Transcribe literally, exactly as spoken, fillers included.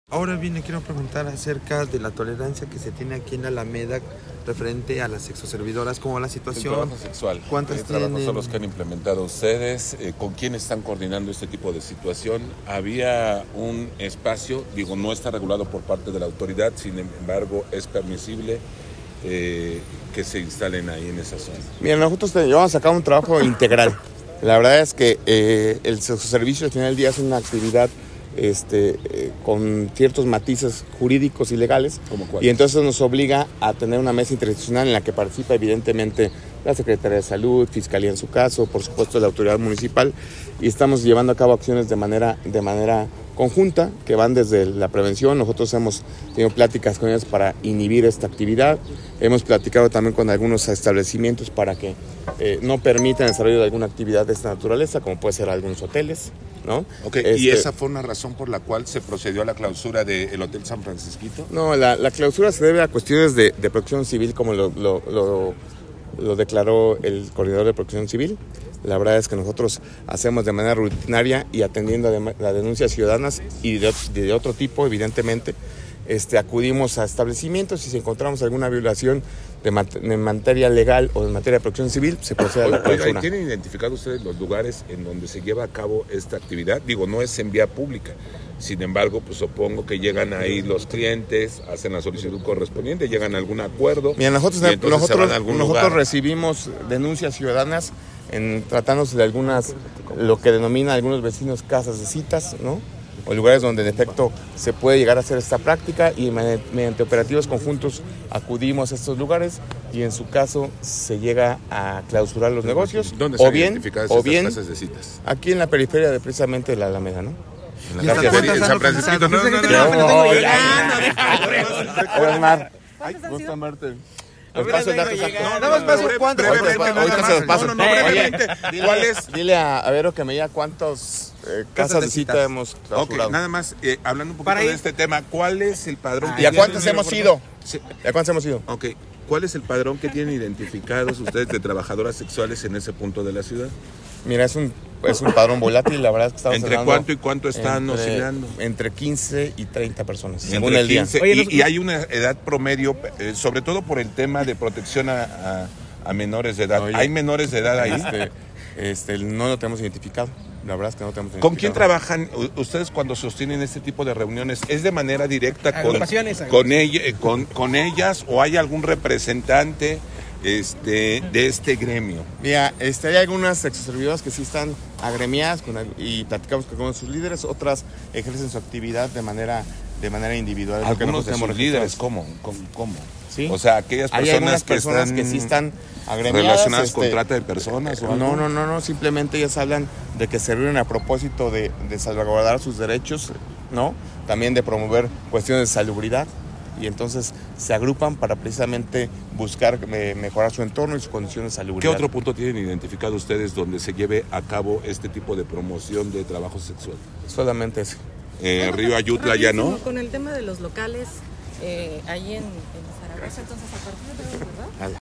Ahora bien, le quiero preguntar acerca de la tolerancia que se tiene aquí en la Alameda referente a las sexoservidoras, ¿cómo va la situación? El trabajo sexual. ¿Cuántas ¿Qué trabajos tienen? son los que han implementado ustedes? Eh, ¿Con quién están coordinando este tipo de situación? Había un espacio, digo, no está regulado por parte de la autoridad, sin embargo, es permisible eh, que se instalen ahí en esa zona. Mira, nosotros te, llevamos a cabo un trabajo integral. La verdad es que eh, el servicio al final del día es una actividad Este, eh, con ciertos matices jurídicos y legales, y entonces nos obliga a tener una mesa interinstitucional en la que participa evidentemente la Secretaría de Salud, Fiscalía en su caso, por supuesto la autoridad municipal, y estamos llevando a cabo acciones de manera, de manera conjunta que van desde la prevención. Nosotros hemos tenido pláticas con ellos para inhibir esta actividad, hemos platicado también con algunos establecimientos para que eh, no permitan el desarrollo de alguna actividad de esta naturaleza, como puede ser algunos hoteles, ¿no? Okay, este, ¿y esa fue una razón por la cual se procedió a la clausura del Hotel San Francisquito? No, la, la clausura se debe a cuestiones de, de protección civil, como lo, lo, lo, lo declaró el coordinador de protección civil. La verdad es que nosotros hacemos de manera rutinaria y atendiendo a las denuncias ciudadanas y de, de otro tipo, evidentemente, este, acudimos a establecimientos y si encontramos alguna violación de, mat de materia legal o de materia de protección civil, se procede a la clausura. ¿Tienen identificados ustedes los lugares en donde se lleva a cabo esta actividad? Digo, no es en vía pública. Sin embargo, pues supongo que llegan ahí los clientes, hacen la solicitud correspondiente, llegan a algún acuerdo. Mira, nosotros, nosotros, nosotros recibimos denuncias ciudadanas en tratándose de algunas, lo que denominan algunos vecinos casas de citas, ¿no? O lugares donde en efecto se puede llegar a hacer esta práctica, y mediante operativos conjuntos acudimos a estos lugares y en su caso se llega a clausurar los negocios. ¿Dónde o están bien, identificadas o estas bien, casas de citas? Aquí en la periferia de precisamente de la Alameda, ¿no? En la periferia de San Francisco. No, no, no, no, no, no. A ver, no, nada más paso cuántos. Ahorita se los paso. No, no, no, brevemente. ¿Cuál es? Dile a, a Vero que me diga cuántas eh, casas de cita hemos clausurado. Ok, nada más, eh, hablando un poquito de este tema, ¿cuál es el padrón? ¿Y a cuántas hemos ido? ¿Y a cuántas hemos ido? Ok, ¿cuál es el padrón que tienen identificados ustedes de trabajadoras sexuales en ese punto de la ciudad? Mira, es un, es un padrón volátil, la verdad es que estamos ¿Entre cuánto y cuánto están entre, oscilando? Entre quince y treinta personas, entre según el día. Oye, y, y hay una edad promedio, eh, sobre todo por el tema de protección a, a, a menores de edad. Oye, ¿hay menores de edad ahí? Este, este, no lo tenemos identificado. La verdad es que no tenemos ¿Con quién trabajan ustedes cuando sostienen este tipo de reuniones? ¿Es de manera directa con, con, ella, con, con ellas o hay algún representante este, de este gremio? Mira, este, hay algunas sexoservidoras que sí están agremiadas con, y platicamos con sus líderes, otras ejercen su actividad de manera, de manera individual. Algunos de sus líderes, ¿cómo? ¿Cómo? ¿Cómo? ¿Sí? O sea, aquellas personas, que, personas están que sí están agremiadas, relacionadas este, con trata de personas. ¿O no, algo? no, no, no, simplemente ellas hablan de que se reúnen a propósito de, de salvaguardar sus derechos, ¿no? También de promover cuestiones de salubridad, y entonces se agrupan para precisamente buscar eh, mejorar su entorno y su condición de salubridad. ¿Qué otro punto tienen identificado ustedes donde se lleve a cabo este tipo de promoción de trabajo sexual? Solamente ese. Eh, bueno, Río Ayutla ya no. Con el tema de los locales, eh, ahí en, en Zaragoza, entonces a partir de hoy, ¿verdad?